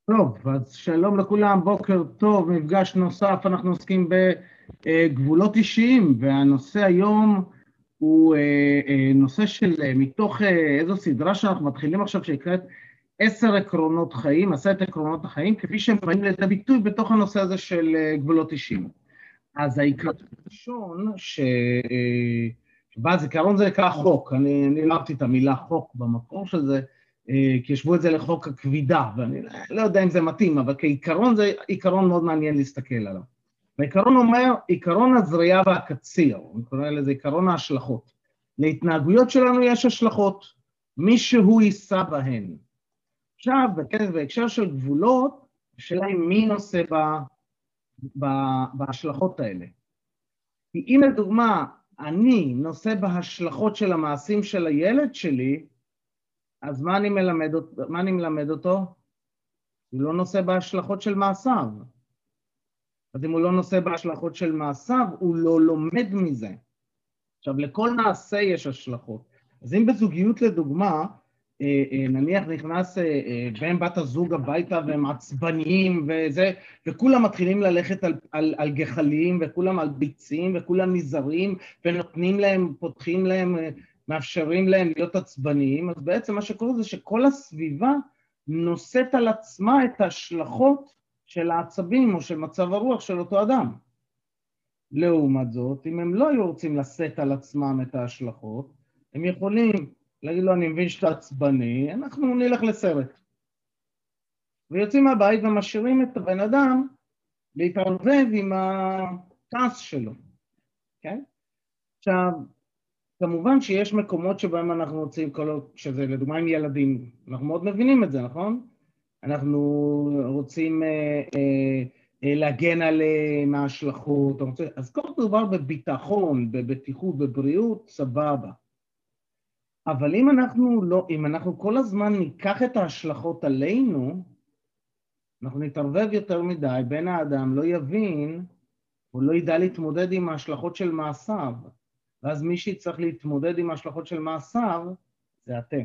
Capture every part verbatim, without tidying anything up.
טוב, אז שלום לכולם, בוקר טוב, מפגש נוסף, אנחנו עוסקים בגבולות אישיים, והנושא היום הוא נושא של, מתוך איזו סדרה שאנחנו מתחילים עכשיו, שנקראת עשר עקרונות חיים, עשרת עקרונות החיים, כפי שהם באים לידי ביטוי בתוך הנושא הזה של גבולות אישיים. אז העיקרון הראשון, שבא זיכרון זה נקרא חוק, אני, אני לא אהבתי את המילה חוק במקור של זה, כי ישבו את זה לחוק הכבידה, ואני לא יודע אם זה מתאים, אבל כעיקרון זה עיקרון מאוד מעניין להסתכל עליו. והעיקרון אומר, עיקרון הזריעה והקציר, אני קורא לזה עיקרון ההשלכות. להתנהגויות שלנו יש השלכות, מישהו יישא בהן. עכשיו, בהקשר של גבולות, השאלה היא מי נושא בה, בה, בהשלכות האלה. כי אם לדוגמה, אני נושא בהשלכות של המעשים של הילד שלי, אז מה אני מלמד אותו? מה אני מלמד אותו? הוא לא נושא בהשלכות של מעשיו. אז אם הוא לא נושא בהשלכות של מעשיו, הוא לא לומד מזה. עכשיו, לכל מעשה יש השלכות. אז אם בזוגיות לדוגמה, נניח נכנס בן בת הזוג הביתה והם עצבניים וזה, וכולם מתחילים ללכת על, על, על גחלים, וכולם על ביצים, וכולם נזרים, ונותנים להם, פותחים להם, מאפשרים להם להיות עצבניים, אז בעצם מה שקורה זה שכל הסביבה נושאת על עצמה את ההשלכות של העצבים או של מצב הרוח של אותו אדם. לעומת זאת, אם הם לא היו רוצים לשאת על עצמם את ההשלכות, הם יכולים להגיד לו, אני מבין שאתה עצבני, אנחנו נלך לסרט. ויוצאים מהבית ומשאירים את הבן אדם להתערבב עם הכעס שלו. כן? עכשיו, כמובן שיש מקומות שבהם אנחנו רוצים, שזה לדוגמה עם ילדים, אנחנו מאוד מבינים את זה, נכון? אנחנו רוצים אה, אה, אה, להגן עליהם מההשלכות, אז כל מדובר בביטחון, בבטיחות, בבריאות, סבבה. אבל אם אנחנו לא, אם אנחנו כל הזמן ניקח את ההשלכות עלינו, אנחנו נתערבב יותר מדי, בין האדם לא יבין, הוא לא ידע להתמודד עם ההשלכות של מעשיו, ואז מי שצריך להתמודד עם ההשלכות של מעשיו, זה אתם.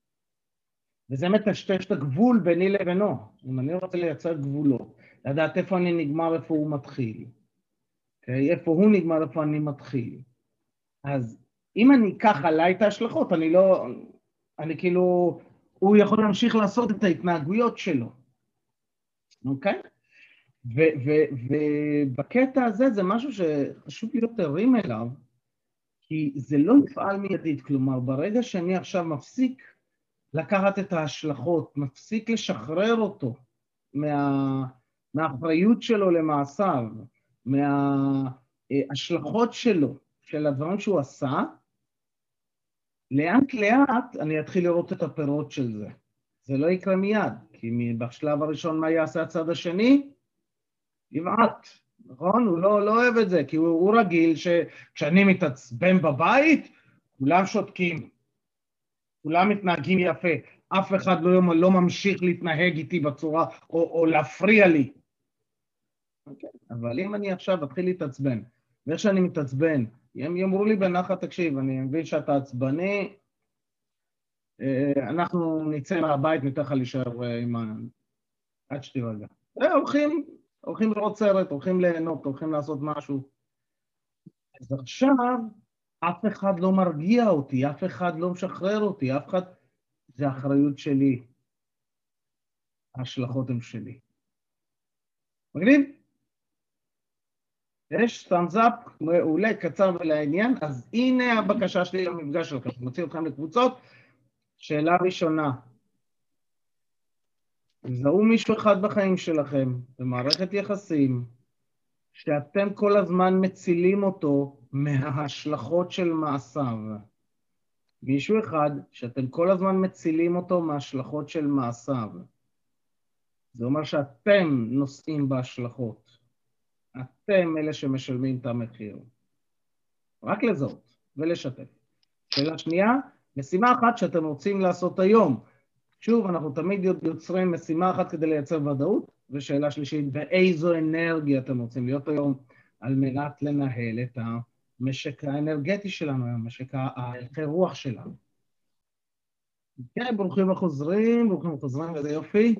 וזה מטשטש את הגבול ביני לבינו. אם אני רוצה לייצר גבולות, לדעת איפה אני נגמר, איפה הוא מתחיל. Okay? איפה הוא נגמר, איפה אני מתחיל. אז אם אני אקח עליי את ההשלכות, אני לא, אני כאילו, הוא יכול להמשיך לעשות את ההתנהגויות שלו. אוקיי? ובקטע הזה זה משהו שחשוב להיות ערים אליו, כי זה לא יפעל מיידית, כלומר, ברגע שאני עכשיו מפסיק לקחת את ההשלכות, מפסיק לשחרר אותו מה, מהאחריות שלו למעשיו, מההשלכות שלו, של הדברים שהוא עשה, לאט לאט אני אתחיל לראות את הפירות של זה. זה לא יקרה מיד, כי בשלב הראשון מה יעשה הצד השני? יבעט, נכון? הוא לא, לא אוהב את זה, כי הוא, הוא רגיל שכשאני מתעצבן בבית, כולם שותקים, כולם מתנהגים יפה, אף אחד לא, לא ממשיך להתנהג איתי בצורה, או, או להפריע לי. Okay. אבל אם אני עכשיו אתחיל להתעצבן, ואיך שאני מתעצבן, הם יאמרו לי בנחת, תקשיב, אני מבין שאתה עצבני, אנחנו נצא מהבית, ניתן לך להישאר עם ה... עד שתירגע. הולכים, הולכים לראות סרט, הולכים ליהנות, הולכים לעשות משהו. אז עכשיו, אף אחד לא מרגיע אותי, אף אחד לא משחרר אותי, אף אחד... זה האחריות שלי. ההשלכות הן שלי. מגניב? יש thumbs up, מעולה, קצר ולעניין, אז הנה הבקשה שלי למפגש שלכם, אני מוציא אתכם לקבוצות. שאלה ראשונה, זהו מישהו אחד בחיים שלכם, במערכת יחסים, שאתם כל הזמן מצילים אותו מההשלכות של מעשיו. מישהו אחד שאתם כל הזמן מצילים אותו מההשלכות של מעשיו. זה אומר שאתם נושאים בהשלכות. אתם אלה שמשלמים את המחיר. רק לזהות ולשתף. שאלה שנייה, משימה אחת שאתם רוצים לעשות היום. שוב, אנחנו תמיד יוצרים משימה אחת כדי לייצר ודאות, ושאלה שלישית, באיזו אנרגיה אתם רוצים להיות היום על מנת לנהל את המשק האנרגטי שלנו, המשק ההלכי רוח שלנו. כן, ברוכים וחוזרים, ברוכים וחוזרים, וזה יופי.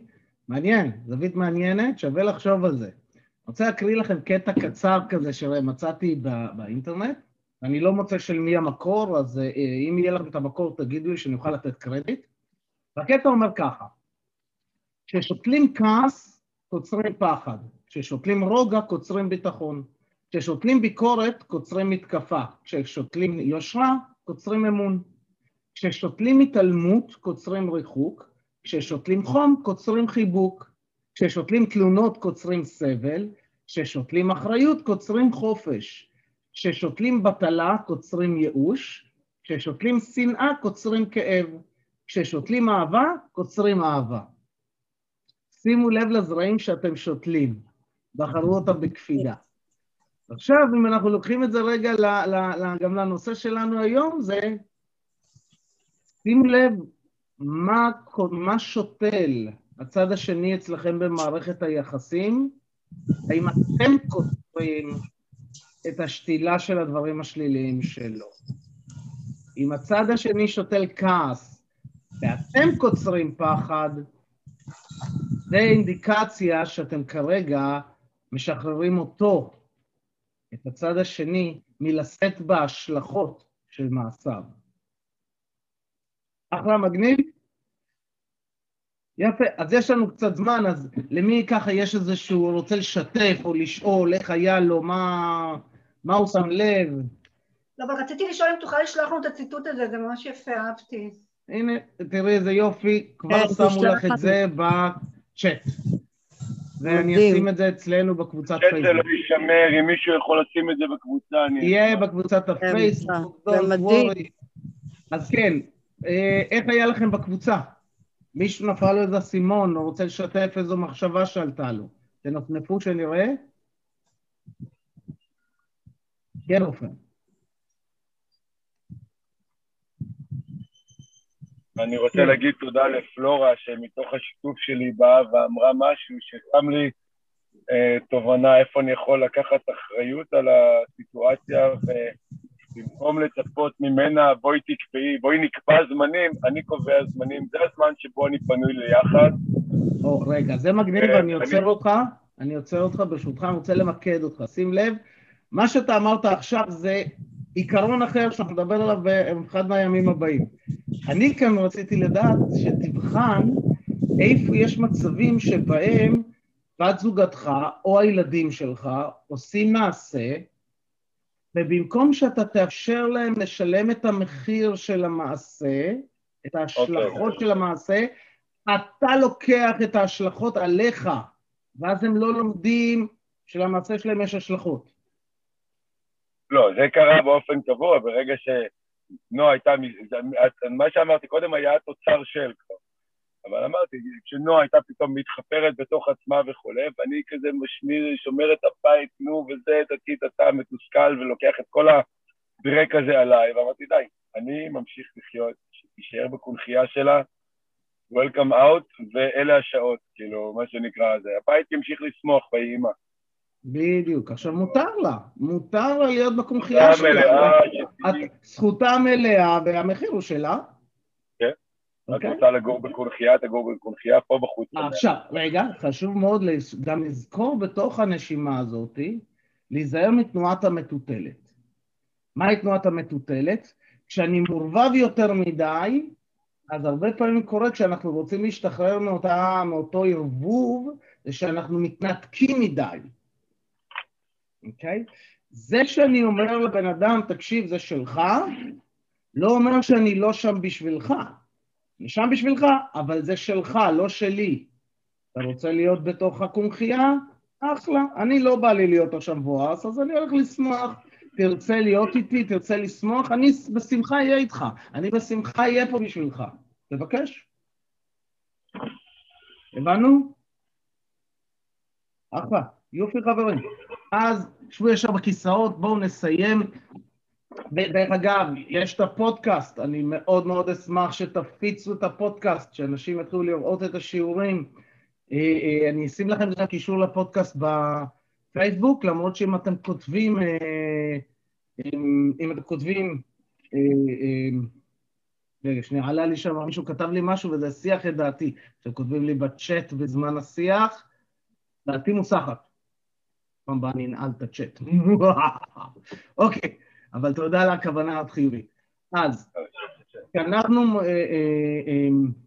מעניין, זווית מעניינת, שווה לחשוב על זה. אני רוצה להקריא לכם קטע קצר כזה שמצאתי באינטרנט, אני לא מוצא של מי המקור, אז אם יהיה לכם את המקור תגידו לי שאני אוכל לתת קרדיט. והקטע אומר ככה, כששותלים כעס, קוצרים פחד, כששותלים רוגע, קוצרים ביטחון, כששותלים ביקורת, קוצרים מתקפה, כששותלים יושרה, קוצרים אמון, כששותלים התעלמות, קוצרים ריחוק, כששותלים חום, קוצרים חיבוק, כששותלים תלונות, קוצרים סבל, כששותלים אחריות, קוצרים חופש, כששותלים בטלה, קוצרים ייאוש, כששותלים שנאה, קוצרים כאב, כששותלים אהבה, קוצרים אהבה. שימו לב לזרעים שאתם שותלים, בחרו אותם בקפידה. עכשיו, אם אנחנו לוקחים את זה רגע גם לנושא שלנו היום, זה שימו לב מה, מה שותל הצד השני אצלכם במערכת היחסים, האם אתם קוצרים את השתילה של הדברים השליליים שלו. אם הצד השני שותל כעס, ואתם קוצרים פחד, זה אינדיקציה שאתם כרגע משחררים אותו, את הצד השני, מלשאת בהשלכות של מעשיו. אחלה, מגניב? יפה, אז יש לנו קצת זמן, אז למי ככה יש איזשהו רוצה לשתף או לשאול איך היה לו, מה, מה הוא שם לב? לא, אבל רציתי לשאול אם תוכל לשלוח לנו את הציטוט הזה, זה ממש יפה, אהבתי. הנה, תראי איזה יופי, כבר שמו לך את זה בצ'אט. ואני אשים את זה אצלנו בקבוצת פייסבוק. צ'אט זה לא יישמר, אם מישהו יכול לשים את זה בקבוצה, אני... יהיה בקבוצת הפייסבוק, אז כן, איך היה לכם בקבוצה? מישהו נפל לו איזה סימון, או רוצה לשתף איזו מחשבה שעלתה לו. תנפנפו שנראה? כן, אופן. אני רוצה להגיד תודה לפלורה, שמתוך השיתוף שלי באה ואמרה משהו ששם לי אה, תובנה איפה אני יכול לקחת אחריות על הסיטואציה, ובמקום לצפות ממנה, בואי תקפאי, בואי נקבע זמנים, אני קובע זמנים, זה הזמן שבו אני פנוי ליחד. או, רגע, זה מגניב, אה, אני עוצר אני... אותך, אני עוצר אותך ברשותך, אני רוצה למקד אותך, שים לב, מה שאתה אמרת עכשיו זה עיקרון אחר שאנחנו נדבר עליו באחד מהימים הבאים. אני כאן רציתי לדעת שתבחן איפה יש מצבים שבהם בת זוגתך או הילדים שלך עושים מעשה, ובמקום שאתה תאפשר להם לשלם את המחיר של המעשה, את ההשלכות okay. של המעשה, אתה לוקח את ההשלכות עליך, ואז הם לא לומדים שלמעשה שלהם יש השלכות. לא, זה קרה באופן קבוע, ברגע שנועה הייתה, מה שאמרתי קודם היה התוצר של כבר, אבל אמרתי, כשנועה הייתה פתאום מתחפרת בתוך עצמה וכו', ואני כזה משמיר, שומר את הבית, נו וזה, תקית אתה מתוסכל ולוקח את כל הברק הזה עליי, ואמרתי, די, אני ממשיך לחיות, שתישאר בקונחייה שלה, Welcome out, ואלה השעות, כאילו, מה שנקרא זה, הבית ימשיך לשמוח באימא. בדיוק, עכשיו מותר לה, מותר לה להיות בקונחייה שלה, זכותה המלאה והמחיר הוא שלה. כן, את רוצה לגור בקונחייה, תגור בקונחייה פה בחוץ. עכשיו, רגע, חשוב מאוד גם לזכור בתוך הנשימה הזאת, להיזהר מתנועת המטוטלת. מהי תנועת המטוטלת? כשאני מורבב יותר מדי, אז הרבה פעמים קורה כשאנחנו רוצים להשתחרר מאותה, מאותו ערבוב, זה שאנחנו מתנתקים מדי. אוקיי? זה שאני אומר לבן אדם, תקשיב, זה שלך, לא אומר שאני לא שם בשבילך. אני שם בשבילך, אבל זה שלך, לא שלי. אתה רוצה להיות בתוך הקונחייה? אחלה. אני לא בא לי להיות עכשיו מבואס, אז אני הולך לשמוח. תרצה להיות איתי, תרצה לשמוח, אני בשמחה אהיה איתך. אני בשמחה אהיה פה בשבילך. תבקש. הבנו? אחלה. יופי חברים. אז שבו ישר בכיסאות, בואו נסיים. דרך אגב, יש את הפודקאסט, אני מאוד מאוד אשמח שתפיצו את הפודקאסט, שאנשים יתחילו לראות את השיעורים. אני אשים לכם גם קישור לפודקאסט בפייסבוק, למרות שאם אתם כותבים, אם אתם כותבים רגע, שנייה, עלה לי שם, מישהו כתב לי משהו וזה שיח את דעתי. שכותבים לי בצ'אט בזמן השיח, דעתי מוסחת. פעם הבאה אני אנעל את הצ'אט. אוקיי, אבל תודה על הכוונה החיובית. אז, אנחנו... אה, אה, אה,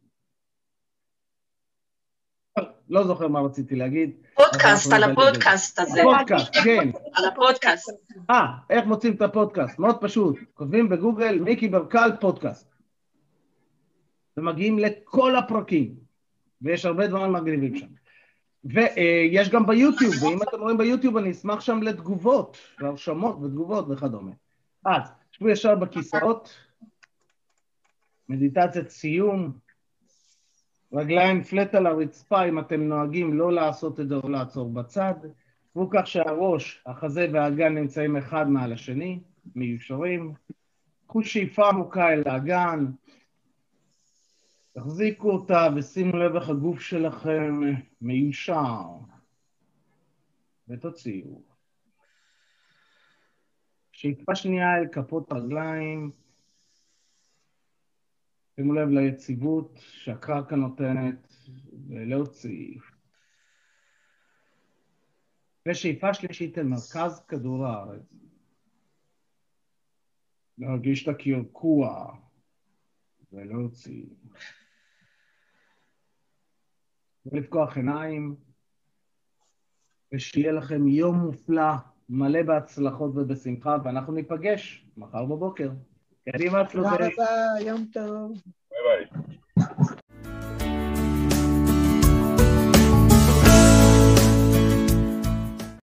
לא זוכר מה רציתי להגיד. פודקאסט, על הפודקאסט הזה. פודקאסט, כן. על הפודקאסט. אה, איך מוצאים את הפודקאסט? מאוד פשוט. כותבים בגוגל, מיקי ברקל פודקאסט. ומגיעים לכל הפרקים. ויש הרבה דברים מגניבים שם. ויש גם ביוטיוב, ואם אתם רואים ביוטיוב, אני אשמח שם לתגובות, והרשמות ותגובות וכדומה. אז, שבו ישר בכיסאות, מדיטציית סיום, רגליים פלט על הרצפה, אם אתם נוהגים לא לעשות את זה או לעצור בצד, שבו כך שהראש, החזה והאגן נמצאים אחד מעל השני, מיושרים, קחו שאיפה עמוקה אל האגן, תחזיקו אותה ושימו לב איך הגוף שלכם מיושר, ותוציאו. שאיפה שנייה אל כפות הרגליים, שימו לב ליציבות שהקרקע נותנת, ולהוציא. ושאיפה שלישית אל מרכז כדור הארץ. להרגיש את הקרקוע, ולהוציא. ולפקוח עיניים, ושיהיה לכם יום מופלא, מלא בהצלחות ובשמחה, ואנחנו ניפגש מחר בבוקר. קדימה, תודה רבה, יום טוב. ביי ביי.